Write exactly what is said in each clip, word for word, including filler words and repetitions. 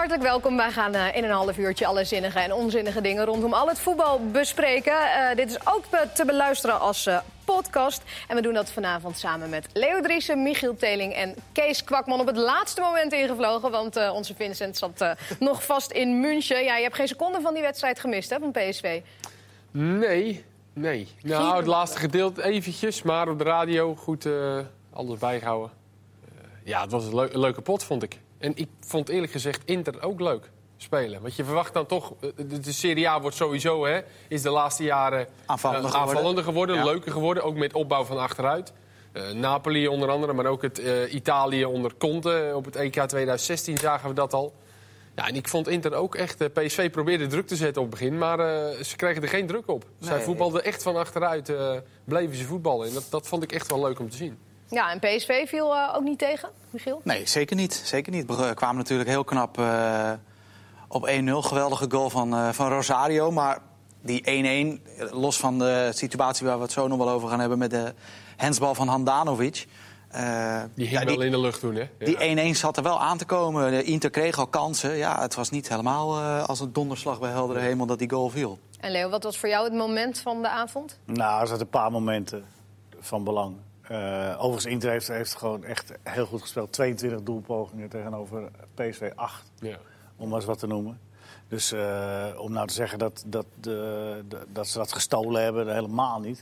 Hartelijk welkom. Wij gaan uh, in een half uurtje alle zinnige en onzinnige dingen rondom al het voetbal bespreken. Uh, dit is ook te beluisteren als uh, podcast. En we doen dat vanavond samen met Leo Driessen, Michiel Teling en Kees Kwakman. Op het laatste moment ingevlogen, want uh, onze Vincent zat uh, nog vast in München. Ja, je hebt geen seconde van die wedstrijd gemist, hè, van P S V? Nee, nee. Nou, het laatste gedeelte eventjes, maar op de radio goed uh, alles bijgehouden. Uh, ja, het was een, leu- een leuke pot, vond ik. En ik vond eerlijk gezegd Inter ook leuk spelen. Want je verwacht dan toch... De, de Serie A wordt sowieso, hè, is de laatste jaren aanvallender uh, geworden, aanvallender geworden ja. leuker geworden. Ook met opbouw van achteruit. Uh, Napoli onder andere, maar ook het uh, Italië onder Conte. Op het E K twintig zestien zagen we dat al. Ja, en ik vond Inter ook echt... Uh, P S V probeerde druk te zetten op het begin, maar uh, ze kregen er geen druk op. Nee, Zij voetbalden echt van achteruit, uh, bleven ze voetballen. En dat, dat vond ik echt wel leuk om te zien. Ja, en P S V viel uh, ook niet tegen, Michiel? Nee, zeker niet. Zeker niet. We kwamen natuurlijk heel knap uh, op één nul. Geweldige goal van, uh, van Rosario. Maar die één-één, los van de situatie waar we het zo nog wel over gaan hebben... met de handsbal van Handanovic. Uh, die ging ja, wel die, in de lucht toen, hè? Ja. Die één-één zat er wel aan te komen. De Inter kreeg al kansen. Ja, het was niet helemaal uh, als een donderslag bij heldere hemel dat die goal viel. En Leo, wat was voor jou het moment van de avond? Nou, er zaten een paar momenten van belang. Uh, overigens, Inter heeft, heeft gewoon echt heel goed gespeeld. tweeëntwintig doelpogingen tegenover P S V acht, Ja. om maar eens wat te noemen. Dus uh, om nou te zeggen dat, dat, de, de, dat ze dat gestolen hebben, helemaal niet.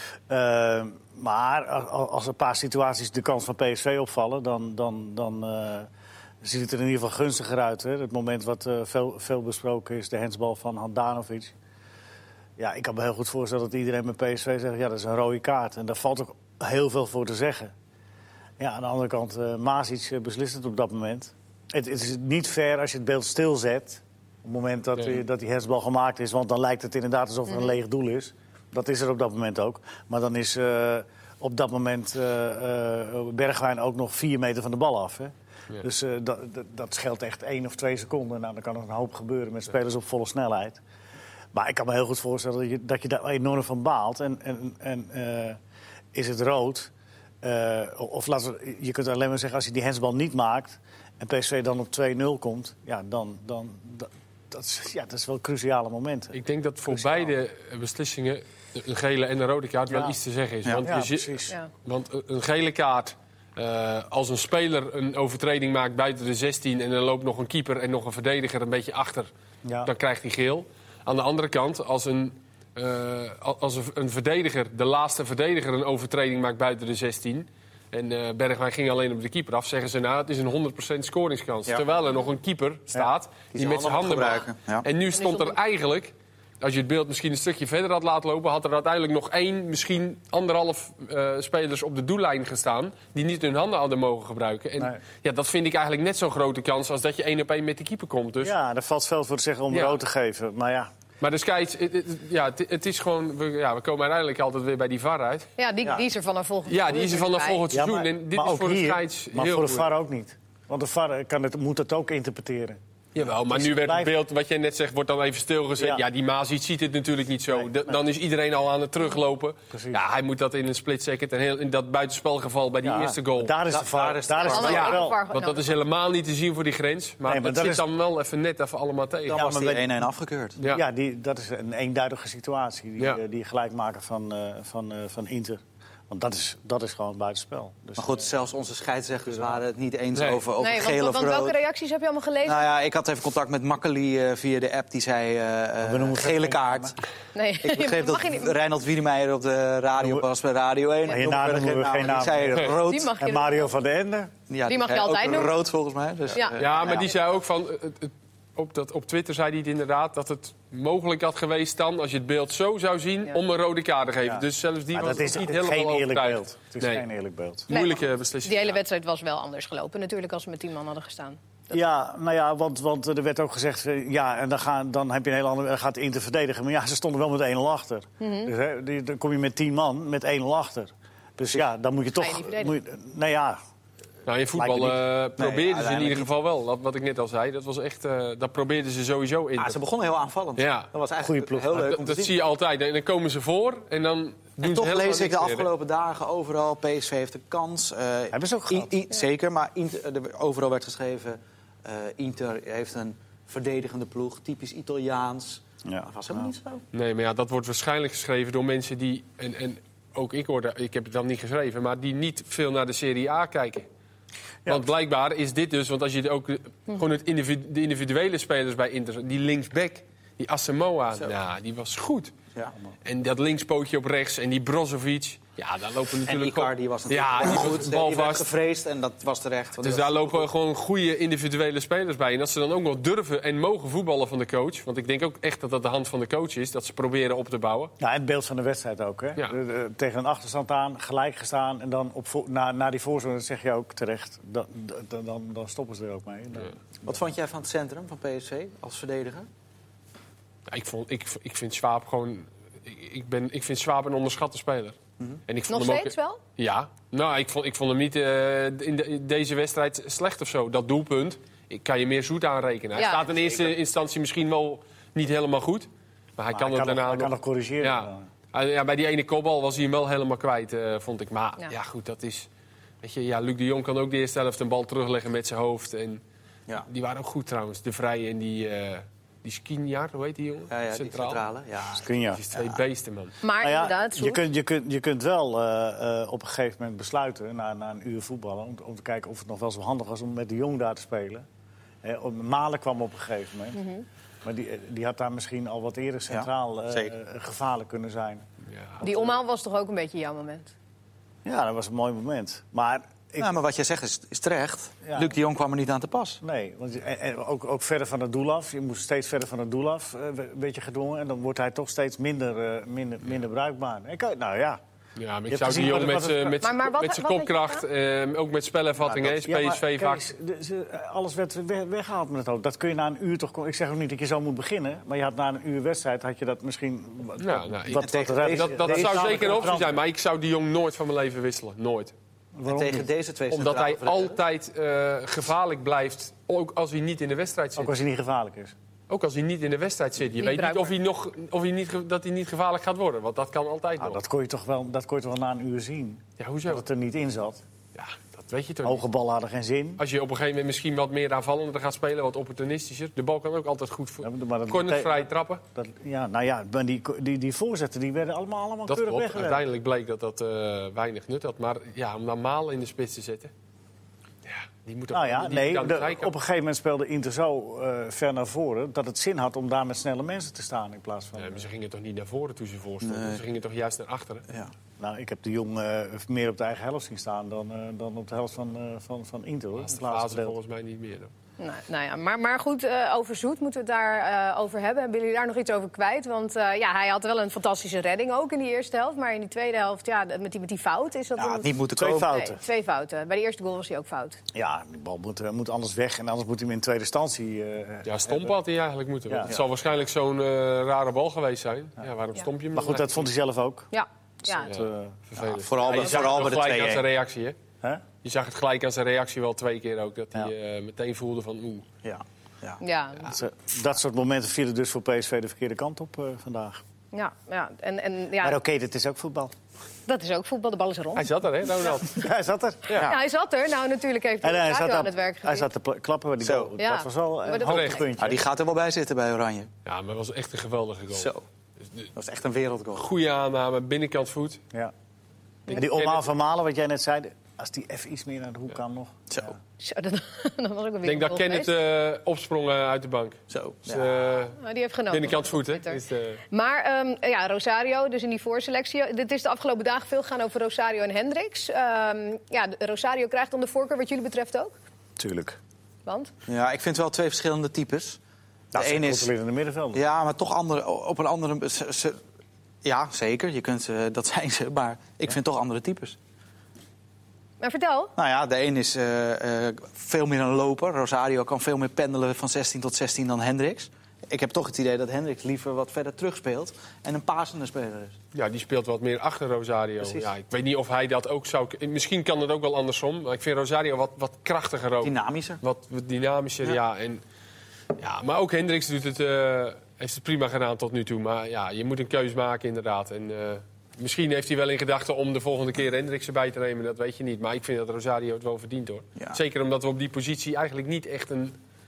Uh, maar als een paar situaties de kans van P S V opvallen... dan, dan, dan uh, ziet het er in ieder geval gunstiger uit. Hè? Het moment wat uh, veel, veel besproken is, de handsbal van Handanovic. Ja, ik kan me heel goed voorstellen dat iedereen met P S V zegt... ja, dat is een rode kaart. En daar valt ook heel veel voor te zeggen. Ja, aan de andere kant, uh, Masic uh, beslist het op dat moment. Het, het is niet fair als je het beeld stilzet... op het moment dat, nee. die, dat die handsbal gemaakt is... want dan lijkt het inderdaad alsof er een leeg doel is. Dat is er op dat moment ook. Maar dan is uh, op dat moment uh, uh, Bergwijn ook nog vier meter van de bal af. Hè? Ja. Dus uh, dat, dat, dat scheelt echt één of twee seconden. Nou, dan kan er een hoop gebeuren met spelers op volle snelheid. Maar ik kan me heel goed voorstellen dat je, dat je daar enorm van baalt. En, en, en uh, is het rood? Uh, of laten we, je kunt alleen maar zeggen, als je die handsbal niet maakt... en P S V dan op twee nul komt, ja, dan... dan dat, dat, is, ja, dat is wel cruciale momenten. Ik denk dat voor Cruciaal. beide beslissingen... een gele en een rode kaart ja. wel iets te zeggen is. Ja, Want, ja, je zit, precies. Ja. want een gele kaart... Uh, als een speler een overtreding maakt buiten de zestien... en er loopt nog een keeper en nog een verdediger een beetje achter... Ja. dan krijgt hij geel. Aan de andere kant, als een, uh, als een verdediger... de laatste verdediger een overtreding maakt buiten de zestien... en uh, Bergwijn ging alleen op de keeper af... zeggen ze, nou, het is een honderd procent scoringskans. Ja. Terwijl er nog een keeper staat ja. die, die met zijn handen mag. Ja. En nu stond er eigenlijk... als je het beeld misschien een stukje verder had laten lopen... had er uiteindelijk nog één, misschien anderhalf uh, spelers op de doellijn gestaan... die niet hun handen hadden mogen gebruiken. En nee. ja, dat vind ik eigenlijk net zo'n grote kans... als dat je één op één met de keeper komt. Dus. Ja, daar valt veel voor te zeggen om ja. rood te geven. Maar ja... Maar de scheids, het, het, ja, het, het is gewoon... We, ja, we komen uiteindelijk altijd weer bij die V A R uit. Ja, die, ja. die is er vanaf volgend seizoen. Ja, die is er vanaf volgend seizoen. Ja, maar, en dit maar is voor hier, de scheids maar heel voor de goed. V A R ook niet. Want de V A R kan het, moet het ook interpreteren. Jawel, maar dus nu werd het blijft... beeld, wat jij net zegt, wordt dan even stilgezet. Ja, ja die Masic ziet het natuurlijk niet zo. Nee, De, nee. Dan is iedereen al aan het teruglopen. Precies. Ja, hij moet dat in een split second. En heel, in dat buitenspelgeval bij die ja, eerste goal. Daar is de V A R. Daar is de, daar is de ja, wel. Want dat is helemaal niet te zien voor die grens. Maar, nee, maar dat, dat zit is... dan wel even net even allemaal tegen. Dan ja, was die één-één afgekeurd. Ja, ja die, dat is een eenduidige situatie. Die, ja. die gelijkmaker van, uh, van, uh, van Inter. Want dat is, dat is gewoon buitenspel. Dus, maar goed, uh, zelfs onze scheidsrechters waren het niet eens nee. over, over nee, geel want, of want rood. welke reacties heb je allemaal gelezen? Nou ja, ik had even contact met Makkeli uh, via de app. Die zei uh, uh, gele kaart. Nee. Ik begreep dat Reinald Wiedemeijer op de radio was bij Radio één. Maar hierna noemen we geen naam. Ik zei nee. rood. En Mario van den Ende. Ja, die mag je altijd doen. Rood volgens mij. Dus, ja. Uh, ja, maar ja. die zei ook van... Uh, uh, Op, dat, op Twitter zei hij het inderdaad dat het mogelijk had geweest dan... als je het beeld zo zou zien, ja. om een rode kaart te geven. Ja. Dus zelfs die maar was dat is niet geen helemaal eerlijk overtuigd. beeld. Het is nee. geen eerlijk beeld. Nee, moeilijke beslissing. Die hele wedstrijd was wel anders gelopen natuurlijk als we met tien man hadden gestaan. Dat ja, nou ja, want, want er werd ook gezegd... ja, en dan, gaan, dan heb je een hele andere... dan gaat Inter verdedigen. Maar ja, ze stonden wel met één nul achter. Mm-hmm. Dus hè, die, dan kom je met tien man met één nul achter. Dus ja, dan moet je toch... Je moet je, nou ja... Nou, in voetbal uh, probeerden nee, ze in ieder geval wel. Dat, wat ik net al zei, dat was echt, uh, dat probeerden ze sowieso in. Ah, ze begonnen heel aanvallend. Ja. Dat was eigenlijk ploeg. heel leuk dat, om te dat zien. zie je altijd. En dan komen ze voor en dan doen en toch ze lees ik de afgelopen meer, dagen overal. P S V heeft een kans. Uh, Hebben ze ook gehad. I, I, ja. Zeker, maar in, de, overal werd geschreven... Uh, Inter heeft een verdedigende ploeg, typisch Italiaans. Ja. Dat was helemaal Ja. niet zo. Nee, maar ja, dat wordt waarschijnlijk geschreven door mensen die... En, en ook ik hoorde, ik heb het dan niet geschreven... maar die niet veel naar de Serie A kijken. Ja. Want blijkbaar is dit dus... Want als je ook gewoon het individu- de individuele spelers bij Inter... Die linksback, die Asamoah, nou, die was goed. Ja. En dat linkspootje op rechts en die Brozovic... Ja, daar lopen En natuurlijk... Icardi was natuurlijk ja, wel die goed. was Die werd balvast. gevreesd en dat was terecht. want Dus die daar was- lopen gewoon goede individuele spelers bij. En als ze dan ook nog durven en mogen voetballen van de coach... want ik denk ook echt dat dat de hand van de coach is... dat ze proberen op te bouwen. Ja, en het beeld van de wedstrijd ook. Hè? Ja. De- de- tegen een achterstand aan, gelijk gestaan. En dan op vo- na, na die voorzorg, dat zeg je ook terecht. Dan, dan, dan, dan stoppen ze er ook mee. Dan- Wat vond jij van het centrum van P S V als verdediger? Ja, ik, vond, ik, ik vind Swaap gewoon... Ik, ik, ben, ik vind Swaap een onderschatte speler. Mm-hmm. En ik vond Nog hem ook- steeds wel? Ja. Nou, ik vond, ik vond hem niet uh, in, de, in deze wedstrijd slecht of zo. Dat doelpunt, ik kan je meer zoet aanrekenen. Hij Ja, staat in eerste zeker. instantie misschien wel niet helemaal goed. Maar hij Maar kan hij het kan daarna nog- hij nog... kan nog corrigeren. Ja. Hij- ja, bij die ene kopbal was hij hem wel helemaal kwijt, uh, vond ik. Maar Ja. ja. goed, dat is... Weet je, ja, Luc de Jong kan ook de eerste helft een bal terugleggen met zijn hoofd. En Ja, die waren ook goed trouwens. De Vrije en die... Uh, die Skriniar, hoe heet die jongen? ja, ja die Centraal. centrale. Ja. Kun je. Dat is twee beesten, man. Maar Nou ja, inderdaad, je, kunt, je, kunt, je kunt wel uh, uh, op een gegeven moment besluiten, na, na een uur voetballen... Om, om te kijken of het nog wel zo handig was om met de Jong daar te spelen. He, Malen kwam op een gegeven moment. Mm-hmm. Maar die, die had daar misschien al wat eerder centraal Ja, uh, zeker. gevaarlijk kunnen zijn. Ja. die omhaal was toch ook een beetje jouw moment? Ja, dat was een mooi moment. Maar, ik, Nou, maar wat jij zegt is, is terecht. Ja. Luc de Jong kwam er niet aan te pas. nee, want, en, en ook, ook verder van het doel af. Je moest steeds verder van het doel af, uh, een beetje gedwongen. En dan wordt hij toch steeds minder, uh, minder, minder bruikbaar. En ik, nou ja... Ja, maar ik hebt zou die gezien jong wat- met wat- zijn met, Maar- maar wat- met zijn wat had je kopkracht, eh, ook met spelervatting, Ja, hè, dat- ja, is maar P S V kijk vaak... eens, de- ze- alles werd we- weggehaald met het hoofd. Dat kun je na een uur toch... Ik zeg ook niet dat je zo moet beginnen. Maar je had na een uur wedstrijd had je dat misschien... Wat, Nou, nou, ik- wat, tegen wat- deze- Dat, dat Deze zou zou zeker een ik optie zijn, maar ik zou die jong nooit van mijn leven wisselen. Nooit. En Waarom tegen niet? deze twee Omdat hij centrale altijd uh, gevaarlijk blijft, ook als hij niet in de wedstrijd Ook zit. als hij niet gevaarlijk is. Ook als hij niet in de wedstrijd zit. Je Niet weet niet bruikbaar. of, hij nog, of hij niet, ge- dat hij niet gevaarlijk gaat worden, want dat kan altijd Nou, nog. dat kon je toch wel, dat kon je toch wel na een uur zien. Ja, hoezo? Dat het er niet in zat. Ja, dat weet je toch niet. Hoge ballen hadden geen zin. Als je op een gegeven moment misschien wat meer aanvallender gaat spelen, wat opportunistischer. De bal kan ook altijd goed Ja, voor. maar dat Cornervrij trappen. Dat, ja, nou ja, maar die, die, die voorzetten die werden allemaal, allemaal Dat keurig klopt. weggewerkt. Uiteindelijk bleek dat dat uh, weinig nut had. Maar ja, om dan Malen in de spits te zetten. Ja, die moet ook Nou ja, die moet nee, aan de de- zijkant. op een gegeven moment speelde Inter zo uh, ver naar voren... dat het zin had om daar met snelle mensen te staan in plaats van... Ja, maar ze gingen toch niet naar voren toen ze voorstonden? Nee. Ze gingen toch juist naar achteren? Ja. Nou, ik heb de Jong uh, meer op de eigen helft zien staan dan, uh, dan op de helft van, uh, van, van Inter. Hoor. Laatste Het laatste fase deel. volgens mij niet meer. Dan. Nou, nou ja, maar, maar goed, uh, over Zoet moeten we het daar uh, over hebben. Hebben jullie daar nog iets over kwijt? Want uh, ja, hij had wel een fantastische redding ook in die eerste helft. Maar in die tweede helft, ja, met die, met die fout is dat... Ja, een... het niet moeten Twee komen. fouten. Nee, twee fouten. Bij de eerste goal was hij ook fout. Ja, die bal moet, uh, moet anders weg en anders moet hij hem in tweede instantie... Uh, Ja, stomp had hij eigenlijk moeten. Ja. Want het zal waarschijnlijk zo'n uh, rare bal geweest zijn. Ja, waarom Ja. stomp je hem? Maar goed, dat vond hij zelf ook. Ja, ja. Dat, Ja. uh, vervelend. Ja, vooral Ja, je bij- zag vooral het bij de gelijk aan zijn twee-een. reactie, hè? hè? Je zag het gelijk aan zijn reactie wel twee keer ook. Dat hij Ja. uh, meteen voelde van oeh. Ja. Ja. Ja, Dat, uh, dat soort momenten vielen dus voor P S V de verkeerde kant op uh, vandaag. ja, ja. En, en, ja, Maar oké, okay, dit is ook voetbal. dat is ook voetbal. De bal is rond. Hij zat er, hè, Ronald? Hij zat er. Ja. Ja, hij zat er. Nou, natuurlijk heeft hij En hij de zat, aan op- het werk hij gezien. zat te pla- klappen bij die Zo. goal. Ja. Dat was wel Maar een dat- hoogtepuntje. Nou, die gaat er wel bij zitten bij Oranje. Ja, maar het was echt een geweldige goal. Zo. Dus de- Dat was echt een wereldgoal. Goede aanname, binnenkant voet. Ja. En die omhaal van Malen, wat jij net zei... als die even iets meer naar de hoek kan nog. Zo. Ja. Zo, dat, dat was ook een Ik denk dat wereldgoal Kenneth uh, opsprong uh, uit de bank. Zo. Dus, Ja. uh, geweest. Maar die heeft genoten. binnenkant voet, hè? Twitter. Is de... Maar um, ja, Rosario, dus in die voorselectie. Dit is de afgelopen dagen veel gegaan over Rosario en Hendricks. Um, ja, Rosario krijgt dan de voorkeur wat jullie betreft ook? Tuurlijk. Want? Ja, ik vind wel twee verschillende types. Dat De is een een is... controlerende middenvelder. Ja, maar toch andere, op een andere... ze- ze- Ja, zeker. Je kunt, uh, dat zijn ze. Maar ik vind toch andere types. Maar vertel. Nou ja, de een is uh, uh, veel meer een loper. Rosario kan veel meer pendelen van zestien tot zestien dan Hendricks. Ik heb toch het idee dat Hendricks liever wat verder terug speelt. En een pasende speler is. Ja, die speelt wat meer achter Rosario. Precies. Ja, ik weet niet of hij dat ook zou... Misschien kan het ook wel andersom. Maar ik vind Rosario wat, wat krachtiger ook. Dynamischer. Wat, wat dynamischer, ja. Ja. En, ja. Maar ook Hendricks doet het, uh, heeft het prima gedaan tot nu toe. Maar ja, je moet een keus maken inderdaad. En, uh, misschien heeft hij wel in gedachten om de volgende keer Hendricks erbij te nemen. Dat weet je niet. Maar ik vind dat Rosario het wel verdient, hoor. Ja. Zeker omdat we op die positie eigenlijk niet echt een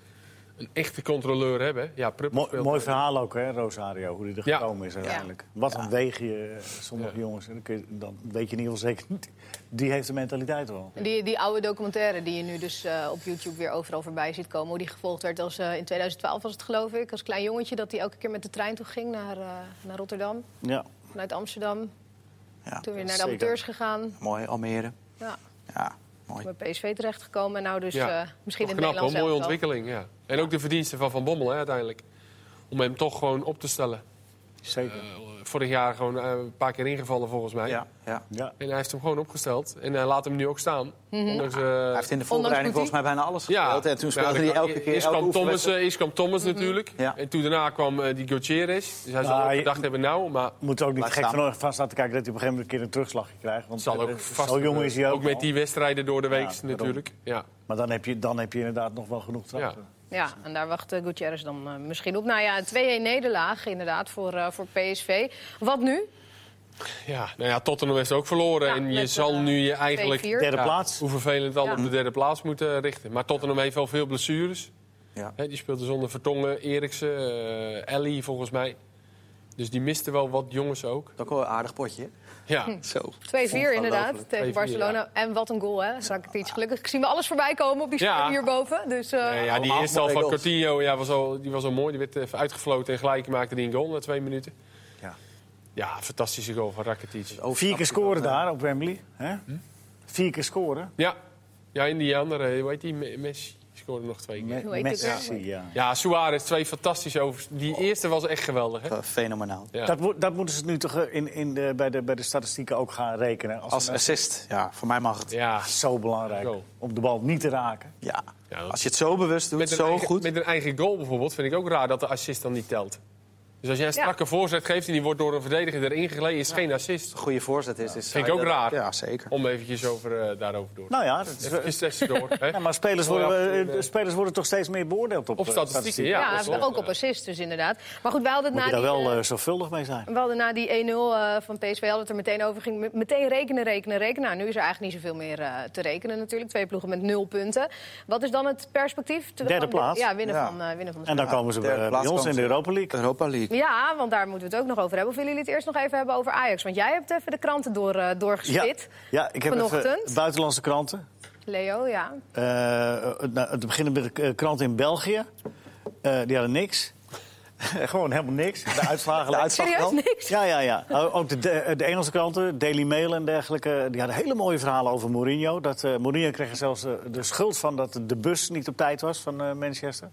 een echte controleur hebben. Ja, Mo- mooi verhaal ook, hè, Rosario, hoe hij er Ja. gekomen is uiteindelijk. Ja. Wat een weegje, sommige Ja. jongens. Dan, kun je, dan weet je in ieder geval zeker, die heeft de mentaliteit wel. Die, die oude documentaire die je nu dus uh, op YouTube weer overal voorbij ziet komen. Hoe die gevolgd werd als uh, in tweeduizend twaalf was het geloof ik. Als klein jongetje dat hij elke keer met de trein toe ging naar, uh, naar Rotterdam. Ja. Vanuit Amsterdam. Ja. Toen weer naar de Zeker. amateurs gegaan. Mooi, Almere. Ja. Ja, mooi. Bij P S V terechtgekomen. En nou dus Ja. uh, misschien in Knap, het hoor. Nederlands Mooie elftal. ontwikkeling, ja. En ook de verdiensten van Van Bommel, hè, uiteindelijk. Om hem toch gewoon op te stellen. Zeker. Uh, vorig jaar gewoon uh, een paar keer ingevallen, volgens mij. Ja, ja. Ja. En hij heeft hem gewoon opgesteld. En hij laat hem nu ook staan. Mm-hmm. Ondanks, uh, Hij heeft in de voorbereiding volgens mij bijna alles gespeeld. En toen speelde hij elke keer Eerst elke kwam Thomas, oefenwedstrijd. uh, eerst kwam Thomas Mm-hmm. natuurlijk. Ja. En toen daarna kwam uh, die Gutierrez. Dus hij zal Nou, ook je- gedacht hebben, nou, maar... Moet ook niet Blijf gek staan. van, van staan te kijken dat hij op een gegeven moment een keer een terugslagje krijgt. Want zal ook eh, vast, zo jong is hij ook. ook met al. die wedstrijden door de week Ja, daarom. natuurlijk. Ja. Maar dan heb, je, dan heb je inderdaad nog wel genoeg trappen. Ja, en daar wacht uh, Gutierrez dan uh, misschien op. Nou ja, een twee-een nederlaag inderdaad voor, uh, voor P S V. Wat nu? Ja, nou ja, Tottenham heeft ook verloren. Ja, en je met, zal uh, nu je eigenlijk... twee vier. Derde Ja, plaats. Hoe vervelend al Ja. op de derde plaats moeten richten. Maar Tottenham heeft wel veel blessures. Ja. He, die speelde zonder Vertongen, Eriksen, uh, Ellie volgens mij. Dus die misten wel wat jongens ook. Dat is ook wel een aardig potje. hè? Ja, Zo. twee vier inderdaad Ongelooflijk. tegen twee vier, Barcelona. En wat een goal, hè? Rakitic. Gelukkig zien we alles voorbij komen op die Ja. scherm hierboven. Dus, uh, Nee, ja die Allemaal eerste al mooie van goals. Coutinho ja, was, al, die was al mooi. Die werd even uitgefloten en gelijk maakte die een goal na twee minuten. Ja. Ja, fantastische goal van Rakitic. Vier keer scoren daar op Wembley. Hè? Vier keer scoren. Ja, ja in die andere, hoe heet die, Me- Messi scoorde nog twee keer. Me- Hoe heet het Messi, weer? ja. Ja, Suarez, twee fantastische overs. Die eerste was echt geweldig, hè? Eh, Fenomenaal. Ja. Dat, moet- dat moeten ze nu toch eh, in, in de, bij, de, bij de statistieken ook gaan rekenen. Als, Als een- assist, ja, voor mij mag het. Ja. Ja, Zo belangrijk. Goal. Om de bal niet te raken. Ja, dat- Als je het zo bewust doet, met een, zo eigen, goed. met een eigen goal bijvoorbeeld vind ik ook raar dat de assist dan niet telt. Dus als jij een strakke voorzet geeft en die wordt door een verdediger erin geleden, is het geen assist. Een goede voorzet is. is Vind ik ook raar. Ja, zeker. Om eventjes over, uh, daarover door. Nou ja, dat is, Even tussendoor. Hè? ja maar spelers Mooi worden, af en toe, eh, eh, spelers worden toch steeds meer beoordeeld op, Op eh, statistieken, ja. ja, dat is wel, ook op ja. assist dus inderdaad. Maar goed, wij hadden het Moet je na daar die, wel uh, eh, zorgvuldig mee zijn. we hadden na die een nul uh, van P S V hadden het er meteen over. Ging me- meteen rekenen, rekenen, rekenen. Nou, nu is er eigenlijk niet zoveel meer uh, te rekenen natuurlijk. Twee ploegen met nul punten. Wat is dan het perspectief? Te- Derde van- plaats. Ja, winnen Ja. van, uh, winnen van de En dan Spurs. komen ze Derde bij, plaats bij ons komen in de ze. Europa League. Europa League. Ja, want daar moeten we het ook nog over hebben. Of willen jullie het eerst nog even hebben over Ajax? Want jij hebt even de kranten door, uh, Ja, doorgespit. ja, ik heb even Vanochtend. buitenlandse kranten. Leo, ja. Uh, nou, te beginnen met de uh, kranten in België. Uh, die hadden niks. Gewoon helemaal niks. De uitslagen. De uitslag Serieus, wel? niks? Ja, ja, ja. Ook de, de, de Engelse kranten, Daily Mail en dergelijke, die hadden hele mooie verhalen over Mourinho. Dat, uh, Mourinho kreeg er zelfs uh, de schuld van dat de bus niet op tijd was van uh, Manchester.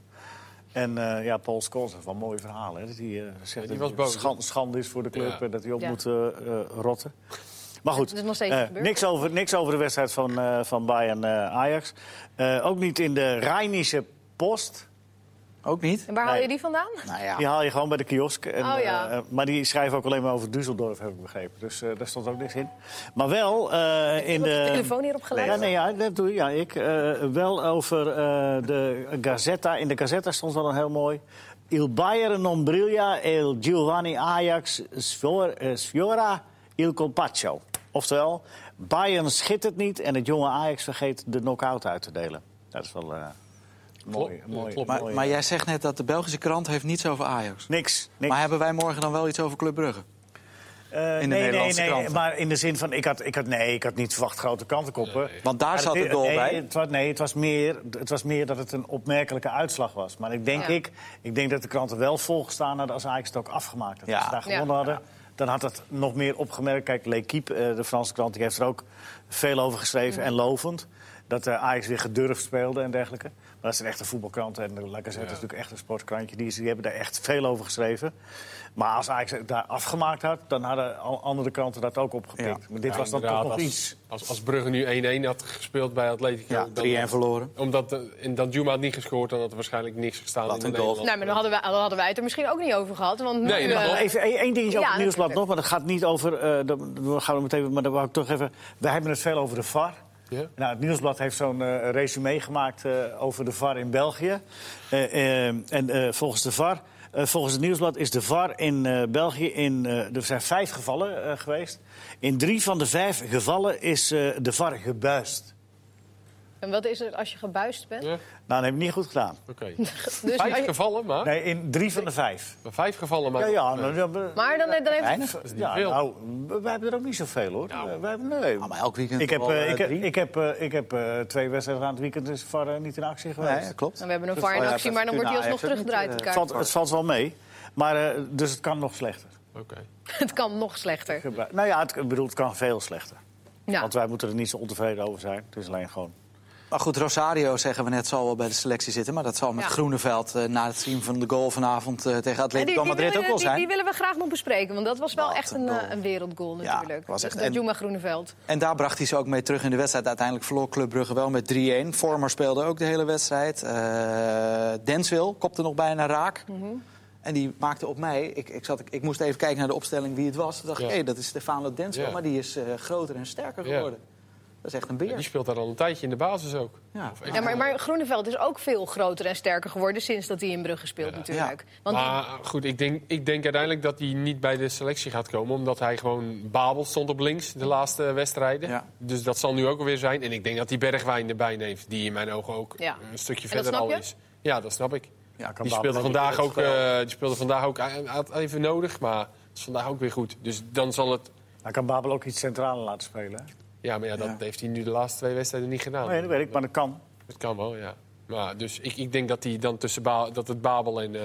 En uh, ja, Paul Scholes heeft wel mooie verhalen. Hè? Dat hij uh, zegt die dat was het boos, schande, schande is voor de club Ja. en dat hij op Ja. moet uh, uh, rotten. Maar goed, Dat is nog steeds uh, niet gebeurd. niks, over, niks over de wedstrijd van, uh, van Bayern-Ajax. Uh, ook niet in de Rheinische Post. Ook niet? En waar haal Nee. je die vandaan? Nou ja. Die haal je gewoon bij de kiosk. En, Oh, ja. uh, maar die schrijven ook alleen maar over Düsseldorf, heb ik begrepen. Dus uh, daar stond ook niks in. Maar wel uh, in Iemand de de... telefoon hierop gelegd? Ja, nee, ja, dat doe ja, ik. Uh, wel over uh, de Gazzetta. In de Gazzetta stond wel een heel mooi... Il Bayern non brilla, il Giovanni Ajax sfiora, uh, sfiora il colpaccio. Oftewel, Bayern schittert niet en het jonge Ajax vergeet de knock-out uit te delen. Dat is wel... Uh, mooi, Klopt, mooi, klopt. Maar, mooi. maar jij zegt net dat de Belgische krant heeft niets over Ajax. Niks, niks. Maar hebben wij morgen dan wel iets over Club Brugge? Uh, in de nee, Nederlandse nee, nee, kranten? maar in de zin van, ik had, ik had, nee, ik had niet verwacht grote krantenkoppen. Want daar Maar zat het- het goal nee, bij. Het was, nee, het was, meer, het was meer dat het een opmerkelijke uitslag was. Maar ik denk, Ja. ik, ik denk dat de kranten wel volgestaan hadden als Ajax het ook afgemaakt had. Ja. Als ze daar gewonnen Ja. hadden, dan had het nog meer opgemerkt. Kijk, L'Équipe, uh, de Franse krant, die heeft er ook veel over geschreven en lovend. Dat uh, Ajax weer gedurfd speelde en dergelijke. Maar dat zijn echte voetbalkranten. En de La Gazette is natuurlijk echt een sportkrantje. Die, die hebben daar echt veel over geschreven. Maar als Ajax het daar afgemaakt had, dan hadden al andere kranten dat ook opgepikt. Ja. Maar dit Ja, was dan toch inderdaad, nog als, iets. Als, als Brugge nu één-één had gespeeld bij Atletico... Ja, dan- drie-een verloren. Omdat uh, en dat Juma had niet gescoord, dan had er waarschijnlijk niks gestaan. Wat in de een goal. Nederlandse- Nee, maar dan hadden, wij, dan hadden wij het er misschien ook niet over gehad. Want nu, Nee, dat eh, klopt. Even één één dingetje Ja, over het nieuwsblad natuurlijk. nog, maar dat gaat niet over... Uh, dan gaan we meteen, maar dan wou ik toch even... Wij hebben het veel over de V A R. Ja? Nou, het Nieuwsblad heeft zo'n uh, resume gemaakt uh, over de V A R in België. Uh, uh, en uh, volgens de V A R, uh, volgens het Nieuwsblad is de V A R in uh, België... In, uh, er zijn vijf gevallen uh, geweest. In drie van de vijf gevallen is uh, de V A R gebuist. En wat is er als je gebuist bent? Ja. Nou, dat heb ik niet goed gedaan. Oké. Okay. Dus Vijf je... gevallen, maar? Nee, in drie van de vijf. Maar vijf gevallen, maar... Ja, ja. Nee. Nou, dan, Maar dan, dan heeft... Weinig. Dat is niet ja, veel. nou, wij hebben er ook niet zoveel, hoor. Nou. Uh, wij hebben, nee. Ah, maar elk weekend Ik heb, wel, uh, uh, ik heb, drie. ik heb, uh, ik heb uh, twee wedstrijden aan het weekend is V A R uh, niet in actie geweest. Nee, klopt. Nou, we hebben een Dus- V A R in oh ja, actie, maar dan wordt hij alsnog Ajax ook teruggedraaid. niet, de uh, kaart. Het valt, het valt wel mee. Maar, uh, dus het kan nog slechter. Oké. Okay. Het kan nog slechter. Gebru- Nou ja, het, ik bedoel, het kan veel slechter. Ja. Want wij moeten er niet zo ontevreden over zijn. Het is alleen gewoon... Maar goed, Rosario, zeggen we net, zal wel bij de selectie zitten. Maar dat zal met Ja. Groeneveld uh, na het zien van de goal vanavond uh, tegen En Atletico Madrid willen, ook wel die, zijn. die willen we graag nog bespreken, want dat was wel Wat echt een een, goal. uh, een wereldgoal natuurlijk. was echt- Dat en- Juma Groeneveld. En daar bracht hij ze ook mee terug in de wedstrijd. Uiteindelijk verloor Club Brugge wel met drie-een. Vormer speelde ook de hele wedstrijd. Uh, Denswil kopte nog bijna raak. Mm-hmm. En die maakte op mij... Ik, ik, zat, ik moest even kijken naar de opstelling wie het was. Toen dacht ik, Ja. hé, hey, dat is Stefano Denswil. Ja. Maar die is uh, groter en sterker Ja. geworden. Dat is echt een beer. Die speelt daar al een tijdje in de basis ook. Ja. Of echt Ja, maar, maar Groeneveld is ook veel groter en sterker geworden sinds dat hij in Brugge speelt Ja. natuurlijk. Want Maar goed, ik denk, ik denk uiteindelijk dat hij niet bij de selectie gaat komen. Omdat hij gewoon Babel stond op links de laatste wedstrijden. Ja. Dus dat zal nu ook alweer zijn. En ik denk dat hij Bergwijn erbij neemt. Die in mijn ogen ook Ja. een stukje En dat verder snap al je? is. Ja, dat snap ik. Ja, kan Die Babel speelde, ook vandaag niet ook, het spel. uh, die speelde vandaag ook hij had even nodig. Maar het is vandaag ook weer goed. Dus dan zal het... Hij kan Babel ook iets centraler laten spelen. Hè? Ja, maar ja, dat Ja. heeft hij nu de laatste twee wedstrijden niet gedaan. Nee, dat weet ik, maar dat kan. Dat kan wel, ja. Maar dus ik, ik denk dat, hij dan tussen Ba- dat het Babel en, uh,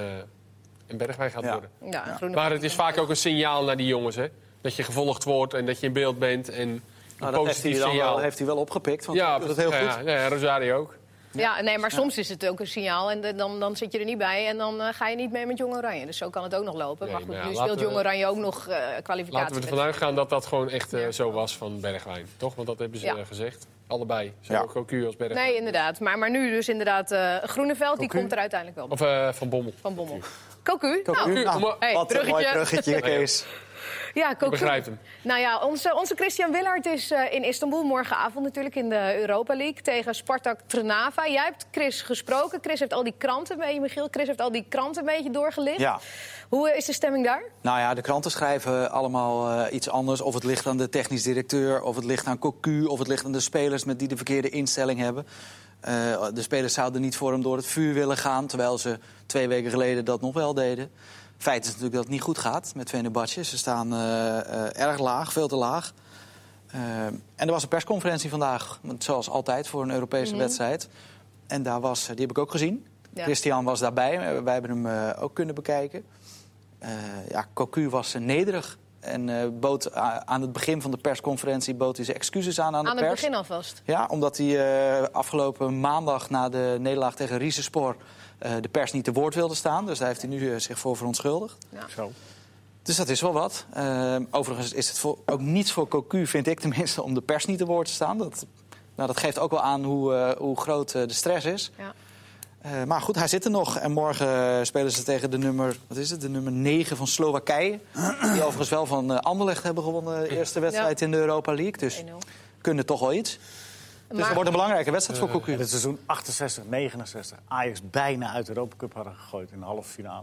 en Bergwijn gaat Ja. worden. ja, Groeneveld. Maar het is vaak ook een signaal naar die jongens, hè? Dat je gevolgd wordt en dat je in beeld bent. En een Nou, dat heeft hij, positief dan signaal. wel, heeft hij wel opgepikt. Want ja, hij doet het heel ja, goed. Ja, ja, Rosario ook. Ja, nee, maar soms is het ook een signaal en de- dan, dan zit je er niet bij en dan uh, ga je niet mee met Jong Oranje. Dus zo kan het ook nog lopen. Nee, maar goed, maar ja, nu laten speelt we- Jong Oranje ook nog uh, kwalificatie. Laten we ervan uitgaan dat dat gewoon echt uh, zo was van Bergwijn. Toch? Want dat hebben ze Ja. uh, gezegd. Allebei. Zowel Ja. Cocu als Bergwijn. Nee, inderdaad. Maar, maar nu dus inderdaad uh, Groeneveld, die Cocu? komt er uiteindelijk wel Of uh, Van Bommel. van Bommel. Cocu? Cocu, Nou, nou, maar- hey, wat een mooi bruggetje. bruggetje, Kees. Ja, Ik Cocu. begrijp hem. Nou ja, onze, onze Christian Willaert is uh, in Istanbul morgenavond natuurlijk in de Europa League tegen Spartak Trnava. Jij hebt Chris gesproken. Chris heeft al die kranten een beetje, Michiel. Chris heeft al die kranten een beetje doorgelicht. Ja. Hoe uh, is de stemming daar? Nou ja, de kranten schrijven allemaal uh, iets anders. Of het ligt aan de technisch directeur, of het ligt aan Cocu... of het ligt aan de spelers met die de verkeerde instelling hebben. Uh, de spelers zouden niet voor hem door het vuur willen gaan... terwijl ze twee weken geleden dat nog wel deden. Feit is natuurlijk dat het niet goed gaat met Fenerbahce. Ze staan uh, uh, erg laag, veel te laag. Uh, en er was een persconferentie vandaag, zoals altijd voor een Europese Mm-hmm. wedstrijd. En daar was, die heb ik ook gezien. Ja. Christian was daarbij, wij hebben hem uh, ook kunnen bekijken. Uh, ja, Cocu was uh, nederig. En uh, bood uh, aan het begin van de persconferentie bood hij zijn excuses aan aan de Aan pers. het begin alvast. Ja, omdat hij uh, afgelopen maandag na de nederlaag tegen Rizespor uh, de pers niet te woord wilde staan. Dus daar heeft hij nu uh, zich voor verontschuldigd. Ja. Zo. Dus dat is wel wat. Uh, overigens is het voor, ook niets voor Cocu, vind ik tenminste, om de pers niet te woord te staan. Dat, nou, dat geeft ook wel aan hoe, uh, hoe groot uh, de stress is. Ja. Uh, maar goed, hij zit er nog. En morgen uh, spelen ze tegen de nummer, wat is het, de nummer negen van Slowakije. Die overigens wel van uh, Anderlecht hebben gewonnen de eerste wedstrijd Ja. in de Europa League. Dus één nul. kunnen toch wel iets. Dus Maar- het wordt een belangrijke wedstrijd voor Cocu. In het seizoen achtenzestig negenenzestig. Ajax bijna uit de Europa Cup hadden gegooid in de halve finale.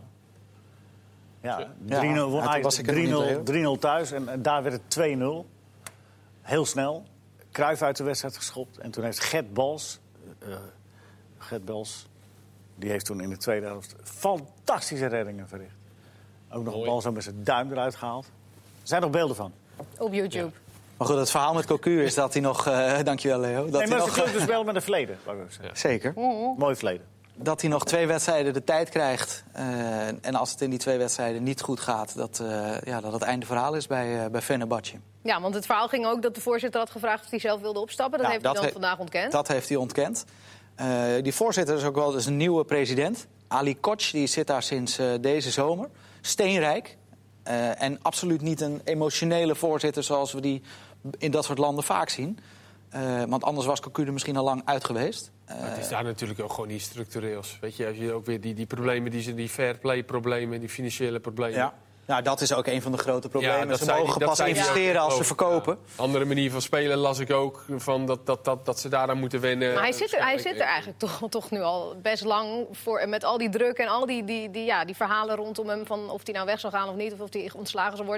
Ja, Ja, drie nul won ja, toen was Ajax ik er nog niet bij, hoor. drie nul thuis en, en daar werd het twee nul. Heel snel. Cruijff uit de wedstrijd geschopt. En toen heeft Gert Bals... Uh, Gert Bals... Die heeft toen in de tweede helft fantastische reddingen verricht. Ook nog Mooi. een bal zo met zijn duim eruit gehaald. Er zijn nog beelden van. Op YouTube. Maar goed, het verhaal met Cocu is dat hij nog... Uh, dankjewel, Leo. Dat Nee, hij maar nog, ze kunnen dus wel met een verleden. wou ik ook zeggen. Zeker. Mooi verleden. Dat hij nog twee wedstrijden de tijd krijgt. Uh, en als het in die twee wedstrijden niet goed gaat... dat, uh, ja, dat het einde verhaal is bij, uh, bij Fenerbahce. Ja, want het verhaal ging ook dat de voorzitter had gevraagd of hij zelf wilde opstappen. Dat Nou, heeft hij dat dan he- vandaag ontkend. Dat heeft hij ontkend. Uh, die voorzitter is ook wel dus een nieuwe president. Ali Koç, die zit daar sinds uh, deze zomer. Steenrijk. Uh, en absoluut niet een emotionele voorzitter zoals we die in dat soort landen vaak zien. Uh, want anders was Cocu er misschien al lang uit geweest. Uh, Maar het is daar natuurlijk ook gewoon niet structureels. Weet je, als je ook weer die, die problemen, die, ze- die fair play problemen, die financiële problemen. ja. Nou, dat is ook een van de grote problemen. dat ze zei mogen die- dat pas zei die investeren ook. als ze verkopen. Ja. Andere manier van spelen las ik ook, van dat, dat, dat, dat ze daaraan moeten wennen. Maar hij zit er, hij zit er eigenlijk toch, toch nu al best lang voor. En met al die druk en al die, die, die, ja, die verhalen rondom hem... van of hij nou weg zou gaan of niet, of of hij ontslagen zou worden...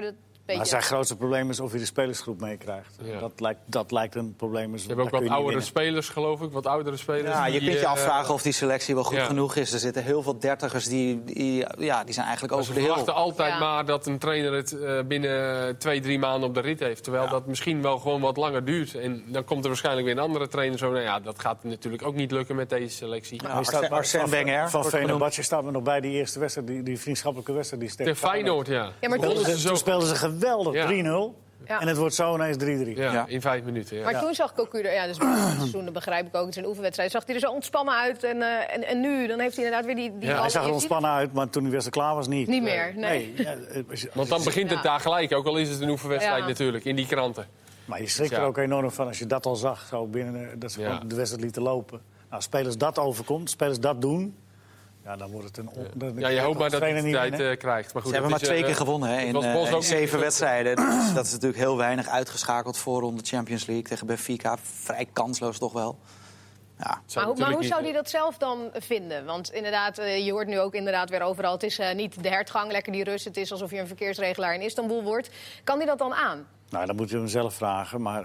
Beetje... Maar zijn grootste probleem is of hij de spelersgroep meekrijgt. Ja. Dat, lijkt, dat lijkt een probleem. Dus Je hebt ook wat oudere spelers, geloof ik. Wat oudere spelers. Ja, je die, kunt je uh, afvragen of die selectie wel goed ja. genoeg is. Er zitten heel veel dertigers die, die, ja, die zijn eigenlijk Ze over de heel. verwachten altijd Ja. maar dat een trainer het uh, binnen twee, drie maanden op de rit heeft. Terwijl Ja. dat misschien wel gewoon wat langer duurt. En dan komt er waarschijnlijk weer een andere trainer zo. Nou ja, dat gaat natuurlijk ook niet lukken met deze selectie. Ja, Hij staat Arsène- Arsène Wenger Van wordt Fenerbahce staat me nog bij die eerste wedstrijd, die, die vriendschappelijke wedstrijd. Die Tegen Feyenoord, ja. Ja, maar Toen toen- wonnen ze Toen zo. speelden ze geweldig, Ja. drie nul. Ja. En het wordt zo ineens drie drie. Ja, Ja. in vijf minuten. Ja. Maar toen zag Cocu er, ja, dus het seizoen, dat begrijp ik ook, het is een oefenwedstrijd, zag hij er zo ontspannen uit. En, uh, en, en nu, dan heeft hij inderdaad weer die, die Ja, bal Hij zag er in. ontspannen uit, maar toen die wedstrijd klaar was niet. Niet meer, nee. ja, het was- Want dan begint het Ja. daar gelijk. Ook al is het een oefenwedstrijd Ja. natuurlijk, in die kranten. Maar je schrikt Ja. er ook enorm van als je dat al zag, zo binnen, dat ze Ja. gewoon de wedstrijd lieten lopen. Nou, als spelers dat overkomt, spelers dat doen, ja, dan wordt het een... on- dan- Ja, je hoopt maar dat hij trainer de niet tijd winnen. uh, krijgt. Maar goed, Ze hebben maar het is, twee uh, keer gewonnen hè, het in, was uh, Bos in ook zeven niet- wedstrijden. Dat is, dat is natuurlijk heel weinig uitgeschakeld voor ronde Champions League tegen Benfica. Vrij kansloos toch wel. Ja. Zou Maar, hoe- maar natuurlijk hoe niet- zou hij dat zelf dan vinden? Want inderdaad, uh, je hoort nu ook inderdaad weer overal... het is uh, niet de hertgang, lekker die rust. Het is alsof je een verkeersregelaar in Istanbul wordt. Kan hij dat dan aan? Nou, dan moet je hem zelf vragen, maar...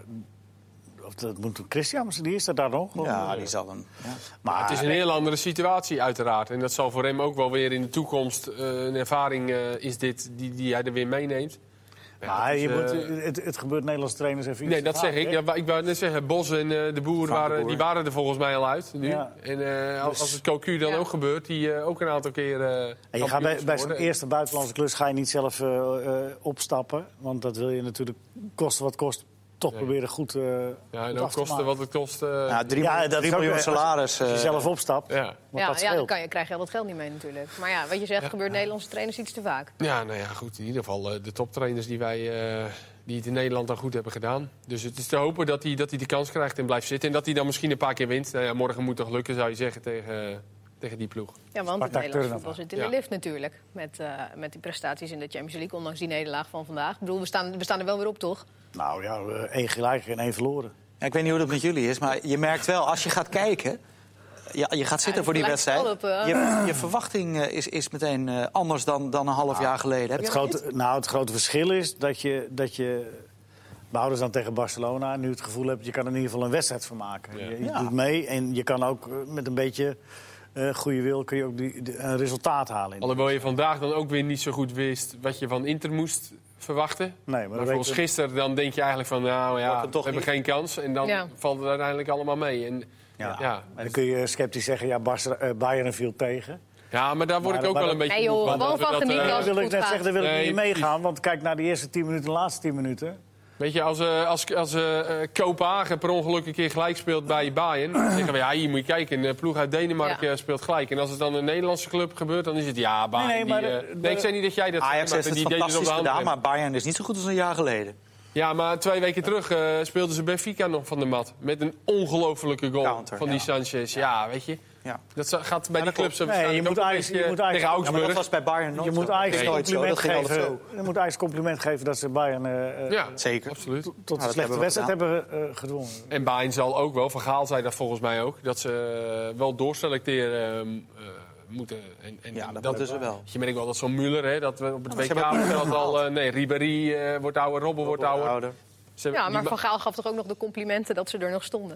Of dat moet Christian, die is er daar nog. Of- Ja, die zal een. Ja. Maar Het is een heel andere situatie uiteraard. En dat zal voor hem ook wel weer in de toekomst uh, een ervaring uh, is dit die, die hij er weer meeneemt. Ja, maar het, is, je uh, moet, het, het gebeurt Nederlandse trainers even iets Nee, dat te zeg vaak, ik. hè? Ja, wa- ik wou net zeggen, Bos en uh, de Boer, Frank de waren, Boer. die waren er volgens mij al uit nu. Ja. En uh, als, Dus- als het Cocu dan Ja. ook gebeurt, die uh, ook een aantal keer uh, En je gaat bij, kampioen is bij zijn geworden. eerste buitenlandse klus ga je niet zelf uh, uh, opstappen. Want dat wil je natuurlijk, kosten wat kost, toch Nee. proberen goed, uh, Ja, en goed ook af te kosten maken. wat het kost. Uh, Ja, drie, Ja, miljoen- dat drie is ook miljoen weer- salaris. Als je eh, zelf opstapt, ja. want Ja, dat ja, dan scheelt. kan je, krijg je al dat geld niet mee natuurlijk. Maar ja, wat je zegt, Ja. gebeurt Nederlandse trainers iets te vaak. Ja, nou ja, goed. In ieder geval uh, de toptrainers die wij uh, die het in Nederland dan goed hebben gedaan. Dus het is te hopen dat hij, dat hij de kans krijgt en blijft zitten. En dat hij dan misschien een paar keer wint. Nou ja, morgen moet toch lukken, zou je zeggen, tegen, uh, tegen die ploeg. Ja, want het Spartak Nederlands Turnhout. voetbal zit in Ja. de lift natuurlijk. Met, uh, met die prestaties in de Champions League, ondanks die nederlaag van vandaag. Ik bedoel, we staan, we staan er wel weer op, toch? Nou ja, uh, één gelijk en één verloren. Ja, ik weet niet hoe dat met jullie is, maar je merkt wel, als je gaat kijken... Ja, je gaat zitten Ja, voor die het lijkt wedstrijd. wel op, uh, je, je verwachting eh, is, is meteen eh, anders dan, dan een half jaar geleden. Heb Het je grote, nou, het grote verschil is dat je, dat je behouden dan tegen Barcelona, nu het gevoel hebt, je kan er in ieder geval een wedstrijd van maken. Ja. Je, je Ja. doet mee en je kan ook uh, met een beetje uh, goede wil kun je ook die, die- een resultaat halen. In. Alhoewel je vandaag dan ook weer niet zo goed wist wat je van Inter moest verwachten. Nee, maar, Maar dat volgens weet je- gisteren dan denk je eigenlijk van, nou ja, Wordt het we toch hebben niet? geen kans. En dan Ja. valt het uiteindelijk allemaal mee. En, Ja. ja. En dan kun je sceptisch zeggen, ja, Barca, uh, Bayern viel tegen. Ja, maar daar word Maar- ik ook maar wel een dat- beetje Nee, joh, moe van. gewoon Dat we van dat, genieten eh, als Dat wil ik goed net gaat. zeggen, daar wil ik Nee, niet meegaan. Want kijk naar de eerste tien minuten, de laatste tien minuten. Weet je, als, uh, als, als uh, Kopenhagen per ongeluk een keer gelijk speelt bij Bayern... dan zeggen we, ja, hier moet je kijken, een ploeg uit Denemarken Ja. speelt gelijk. En als het dan een Nederlandse club gebeurt, dan is het, ja, Bayern... Nee, nee, maar die, de- uh, de- nee, ik zei niet dat jij dat Ajax zei, heeft maar het die deden het op fantastisch de gedaan, hand. maar Bayern is niet zo goed als een jaar geleden. Ja, maar twee weken terug uh, speelden ze Benfica nog van de mat. Met een ongelofelijke goal Counter, van die ja. Sanchez. Ja, weet je. Ja. Dat za- gaat bij Ja, die dat clubs zo Nee, waarschijnlijk je ook moet een Ajax- beetje je moet tegen Ajax- Ja, maar Augsburg. dat was bij Bayern nooit Je moet zo. Ajax Dat een ging nooit zo, compliment dat ging altijd geven. zo. Je moet Ajax compliment geven dat ze Bayern uh, Ja, Zeker. absoluut. tot dat een slechte hebben we wedstrijd gedaan. hebben uh, gedwongen. En Bayern zal ook wel, Van Gaal zei dat volgens mij ook... dat ze uh, wel doorselecteren uh, moeten. En, en, Ja, dat dat moeten ze wel. Je merkt wel dat zo'n Müller, hè, dat we op het maar ze W K hebben ook niet dat gehaald. al... Uh, nee, Ribéry uh, wordt ouder, Robben wordt ouder. Ouder. Ze hebben- Ja, maar die ma- Van Gaal gaf toch ook nog de complimenten dat ze er nog stonden.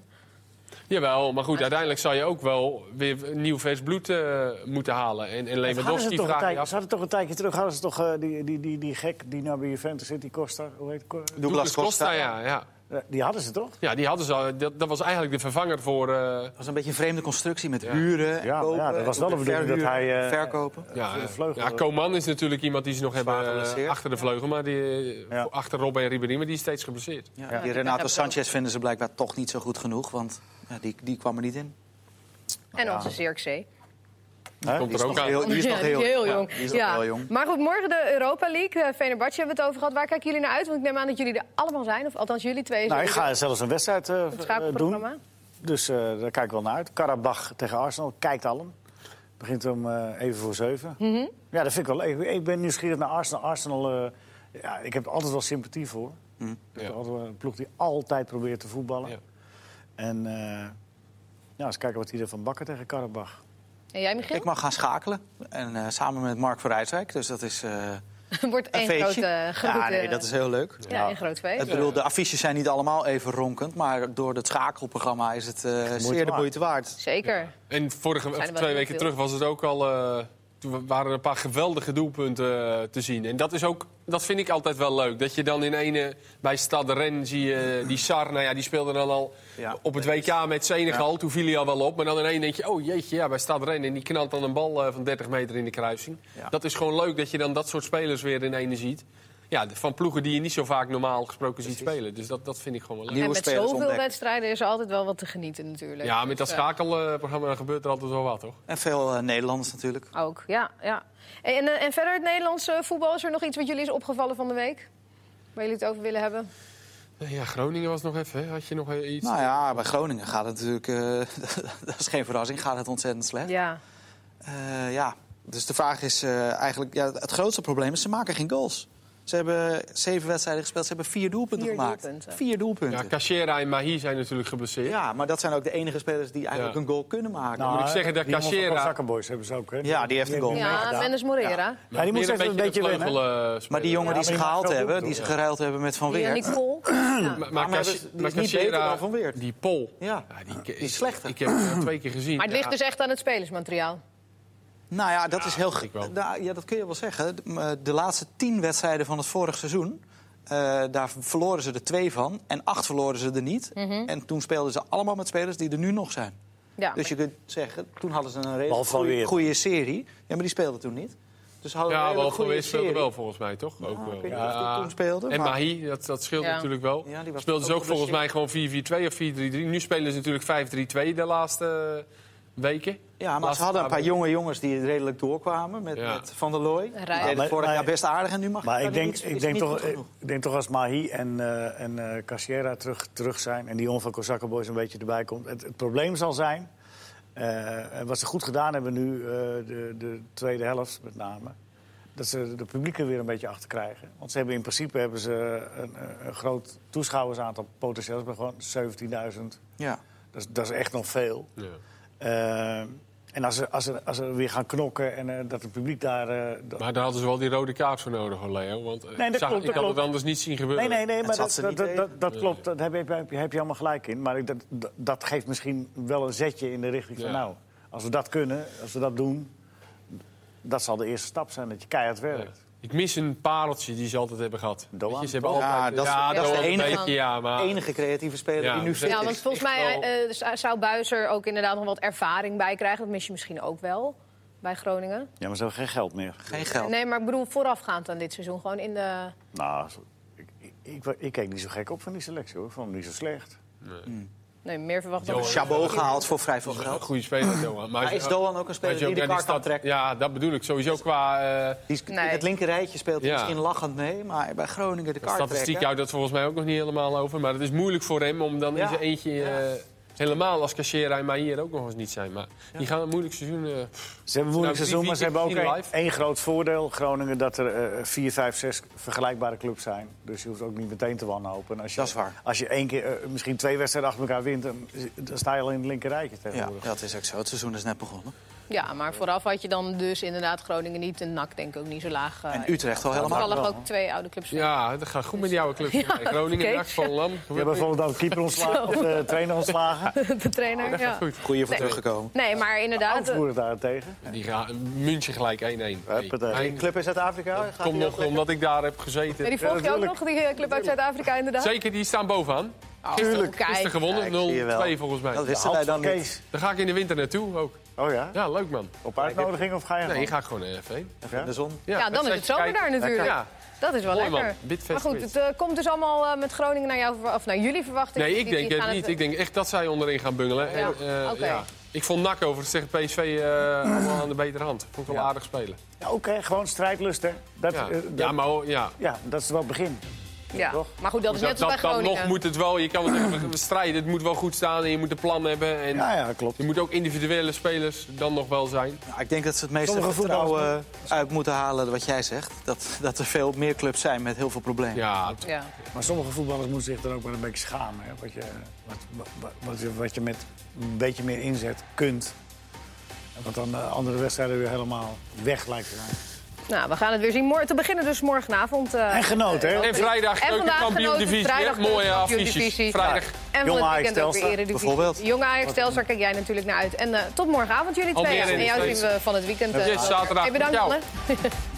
Jawel, maar goed, uiteindelijk zal je ook wel weer nieuw vers bloed uh, moeten halen. En, en Hadden ze, Lewandowski toch een vraagt je tijdje, af. ze hadden toch een tijdje terug, hadden ze toch uh, die, die, die, die gek die nou bij Juventus zit, die Costa, hoe heet Co- Douglas Costa. ja, ja. Uh, die hadden ze toch? Ja, die hadden ze al, dat, dat was eigenlijk de vervanger voor... uh, Dat was een beetje een vreemde constructie met Ja. huren en Ja, maar kopen. ja, dat was wel de en bedoeling dat verhuren, hij, eh, verkopen. ja, voor de vleugel. ja, Coman is natuurlijk iemand die ze nog Zwaar hebben uh, geblesseerd. achter de vleugel. Maar die, Ja. achter Robben en Ribéry, maar die is steeds geblesseerd. Ja, Ja. die Ja, Renato dat Sanchez vinden ze blijkbaar toch niet zo goed genoeg, want ja, die, die kwam er niet in. En Ja. onze Zirkzee. Hè? Komt Die er is ook nog aan. heel, die is Ja, nog die is heel, heel ja, jong. die is nog Ja. heel jong. Maar goed, morgen de Europa League. Uh, Fenerbahce hebben we het over gehad. Waar kijken jullie naar uit? Want ik neem aan dat jullie er allemaal zijn. Of althans jullie twee. Nou, ik zullen ga zelfs een wedstrijd uh, het doen. schakelprogramma. Dus uh, daar kijk ik wel naar uit. Karabach tegen Arsenal, kijkt allen. Begint om uh, even voor zeven. Mhm. Ja, dat vind ik wel. Ik, ik ben nieuwsgierig naar Arsenal. Arsenal, uh, ja, ik heb er altijd wel sympathie voor. Hm. Ik heb Ja. altijd wel een ploeg die altijd probeert te voetballen. Ja. En uh, ja, eens kijken wat die er van bakken tegen Karabach. En jij, Michiel? Ik mag gaan schakelen. En uh, samen met Mark van Rijswijk. Dus dat is uh, wordt één grote, grote... Ja, nee, dat is heel leuk. Ja, ja. Een groot feest. Ik bedoel, de affiches zijn niet allemaal even ronkend, maar door het schakelprogramma is het uh, zeer de moeite waard. Zeker. Ja. En vorige, of twee weken veel. terug was het ook al... Uh, toen waren er een paar geweldige doelpunten uh, te zien. En dat is ook, dat vind ik altijd wel leuk. Dat je dan in ene bij Stade Rennes zie je die Sar, nou ja, die speelde dan al ja, op het W K met Senegal. Ja. Toen viel hij al wel op. Maar dan in één denk je, oh jeetje, ja, bij Stade Rennes. En die knalt dan een bal uh, van dertig meter in de kruising. Ja. Dat is gewoon leuk dat je dan dat soort spelers weer in ene ziet. Ja, van ploegen die je niet zo vaak normaal gesproken ziet spelen. Dus dat, dat vind ik gewoon wel leuk. En met zoveel ontdekken. wedstrijden is er altijd wel wat te genieten natuurlijk. Ja, met dat schakelprogramma gebeurt er altijd wel wat, toch? En veel uh, Nederlanders natuurlijk. Ook, ja. ja. En, uh, en verder het Nederlandse voetbal, is er nog iets wat jullie is opgevallen van de week? Waar jullie het over willen hebben? Ja, Groningen was nog even, hè? Had je nog iets? Nou ja, bij Groningen gaat het natuurlijk... Uh, dat is geen verrassing, gaat het ontzettend slecht. Ja. Uh, ja, dus de vraag is uh, eigenlijk... Ja, het grootste probleem is, ze maken geen goals. Ze hebben zeven wedstrijden gespeeld. Ze hebben vier doelpunten vier gemaakt. Doelpunten. Vier doelpunten. Ja, Cachera en Mahi zijn natuurlijk geblesseerd. Ja, maar dat zijn ook de enige spelers die eigenlijk ja. een goal kunnen maken. Nou, moet ik zeggen dat Cachera... Zakkenboys hebben ze ook, hè? Ja, die heeft een goal. Ja, Mendes Moreira. Ja. Ja, die moest even een beetje winnen. Uh, maar die jongen die ja, ze gehaald hebben, die ze geruild hebben met Van Weert. Die Pol. Ja. Maar, maar, maar die is niet beter dan Van Weert. Die Pol. Ja, die, die is slechter. Ik heb hem twee keer gezien. Maar het ligt dus echt aan het spelersmateriaal. Nou ja, dat ja, is heel... Nou, ja, dat kun je wel zeggen. De, de laatste tien wedstrijden van het vorige seizoen... Uh, daar verloren ze er twee van. En acht verloren ze er niet. Mm-hmm. En toen speelden ze allemaal met spelers die er nu nog zijn. Ja, dus je kunt zeggen, toen hadden ze een redelijk goede, goede serie. Ja, maar die speelden toen niet. Dus ze hadden ja, een redelijk goede serie. speelde wel volgens mij, toch? Ja, ook wel. Ik weet niet ja. of die toen speelde. En maar... Mahi, dat, dat scheelt ja. natuurlijk wel. Ja, speelden ze ook volgens mij gewoon vier vier twee of vier drie drie. Nu spelen ze natuurlijk vijf drie twee de laatste weken. Ja, maar ze hadden een paar jonge jongens die redelijk doorkwamen. Met, ja. met Van der Looy. Die deden het vorig jaar best aardig en nu mag maar ik ik denk, niet, ik, denk toch, ik denk toch als Mahi en, uh, en uh, Cachera terug, terug zijn... en die jongen van Kozakke Boys een beetje erbij komt... Het, het probleem zal zijn... Uh, wat ze goed gedaan hebben nu, uh, de, de tweede helft met name... dat ze de publiek er weer een beetje achter krijgen. Want ze hebben in principe hebben ze een, een groot toeschouwersaantal potentieel. Ze hebben gewoon zeventienduizend. Ja. Dat is, dat is echt nog veel. Ja. Uh, en als ze, als, ze, als ze weer gaan knokken en uh, dat het publiek daar... Uh, dat... Maar daar hadden ze wel die rode kaart voor nodig, hoor, Leo. Want uh, nee, dat zag, klopt, ik dat had klopt. het anders niet zien gebeuren. Nee, nee, nee, maar dat, dat, dat, dat, dat klopt. Dat heb je, heb, je, heb je allemaal gelijk in. Maar dat, dat, dat geeft misschien wel een zetje in de richting van... Ja. nou, als we dat kunnen, als we dat doen... dat zal de eerste stap zijn, dat je keihard werkt. Ja. Ik mis een pareltje die ze altijd hebben gehad. Doan. Je, ze hebben altijd, ja, dat is, ja, dat is de enige, beetje, ja, maar... enige creatieve speler ja, die nu fit ja, is. want volgens mij uh, zou Buijs er ook inderdaad nog wat ervaring bij krijgen. Dat mis je misschien ook wel bij Groningen. Ja, maar ze hebben geen geld meer. Geen geld. Nee, maar ik bedoel voorafgaand aan dit seizoen. Gewoon in de... Nou, ik, ik, ik, ik keek niet zo gek op van die selectie, hoor. Ik vond hem niet zo slecht. Nee. Hmm. Nee, meer verwacht dan... Chabot gehaald voor vrij veel geld. Goede speler, Doan. Maar ja, is Doan ook een speler die de ja, kaart staat, kan trekken? Ja, dat bedoel ik. Sowieso qua... Uh, die is, nee. Het linkerrijtje speelt ja. misschien lachend mee, maar bij Groningen de kaart trekken... Statistiek houdt dat volgens mij ook nog niet helemaal over. Maar het is moeilijk voor hem om dan ja. in zijn eentje... Uh, ja. Helemaal als Cachera en Mahi ook nog eens niet zijn. Maar ja. die gaan een moeilijk seizoen... Uh, ze hebben een moeilijk nou, seizoen, maar ze hebben ook één, één groot voordeel. Groningen, dat er uh, vier, vijf, zes vergelijkbare clubs zijn. Dus je hoeft ook niet meteen te wanhopen. Als je, dat is waar. Als je één keer, uh, misschien twee wedstrijden achter elkaar wint... dan, dan sta je al in het linkerrijtje tegenwoordig. Ja, dat is ook zo. Het seizoen is net begonnen. Ja, maar vooraf had je dan dus inderdaad Groningen niet. En N A C denk ik ook niet zo laag. Uh, en Utrecht al helemaal. Toevallig ook twee oude clubs. Ja, dat gaat goed met die oude clubs. Ja, okay. Groningen, N A C, Volendam. Je hebt bijvoorbeeld ook keeper ontslagen, of de trainer ontslagen. De trainer, oh, ja. Goed. Goeie voor nee. teruggekomen. Nee, maar inderdaad... Augsburg daartegen. Die gaan München gelijk één één. Hey. Club in Zuid-Afrika? Komt nog omdat ik daar heb gezeten. Ja, die volg je ook nog, die club uit Zuid-Afrika inderdaad? Zeker, die staan bovenaan. Oh, Tuurlijk. Gisteren gewonnen, nul twee volgens mij. Dat wisten wij dan niet. Daar ga ik in de winter naartoe ook. Oh ja? Ja, leuk man. Op uitnodiging of ga je? Nee, ik ga gewoon even heen. Even in de zon. Ja, ja dan is het zomer daar natuurlijk. Ja. Dat is wel Mooi, lekker. Maar goed, het uh, komt dus allemaal uh, met Groningen naar, jou, of naar jullie verwachting. Nee, ik denk het niet. Het... Ik denk echt dat zij onderin gaan bungelen. Ja. En, uh, okay. ja. Ik vond N A C overigens tegen P S V uh, allemaal aan de betere hand. Vond ik wel ja. aardig spelen. Ja, oké, okay, gewoon strijdlust, hè. Dat, ja. Uh, dat, ja, maar ja. ja, dat is wel het begin. Ja, toch? Maar goed, dat is net dat, als bij Groningen. Dan nog moet het wel, je kan het even strijden. Het moet wel goed staan en je moet een plan hebben. En ja, ja, klopt. Je moet ook individuele spelers dan nog wel zijn. Ja, ik denk dat ze het meeste vertrouwen uit moeten halen wat jij zegt. Dat, dat er veel meer clubs zijn met heel veel problemen. Ja, ja. Maar sommige voetballers moeten zich dan ook wel een beetje schamen. Hè? Wat, je, wat, wat, wat, je, wat je met een beetje meer inzet kunt. En wat dan de andere wedstrijden weer helemaal weg lijkt te zijn. Nou, we gaan het weer zien. Morgen, te beginnen dus morgenavond. Uh, en genoten, hè? En vrijdag keukenkampioen-divisie. Mooie affiches. Vrijdag. En van het weekend ook weer Eredivisie. Bijvoorbeeld. Jong Ajax Telstar, kijk jij natuurlijk naar uit. En uh, tot morgenavond jullie twee. En jou zien we van het weekend. Uh, yes, zaterdag. hey, bedankt, mannen.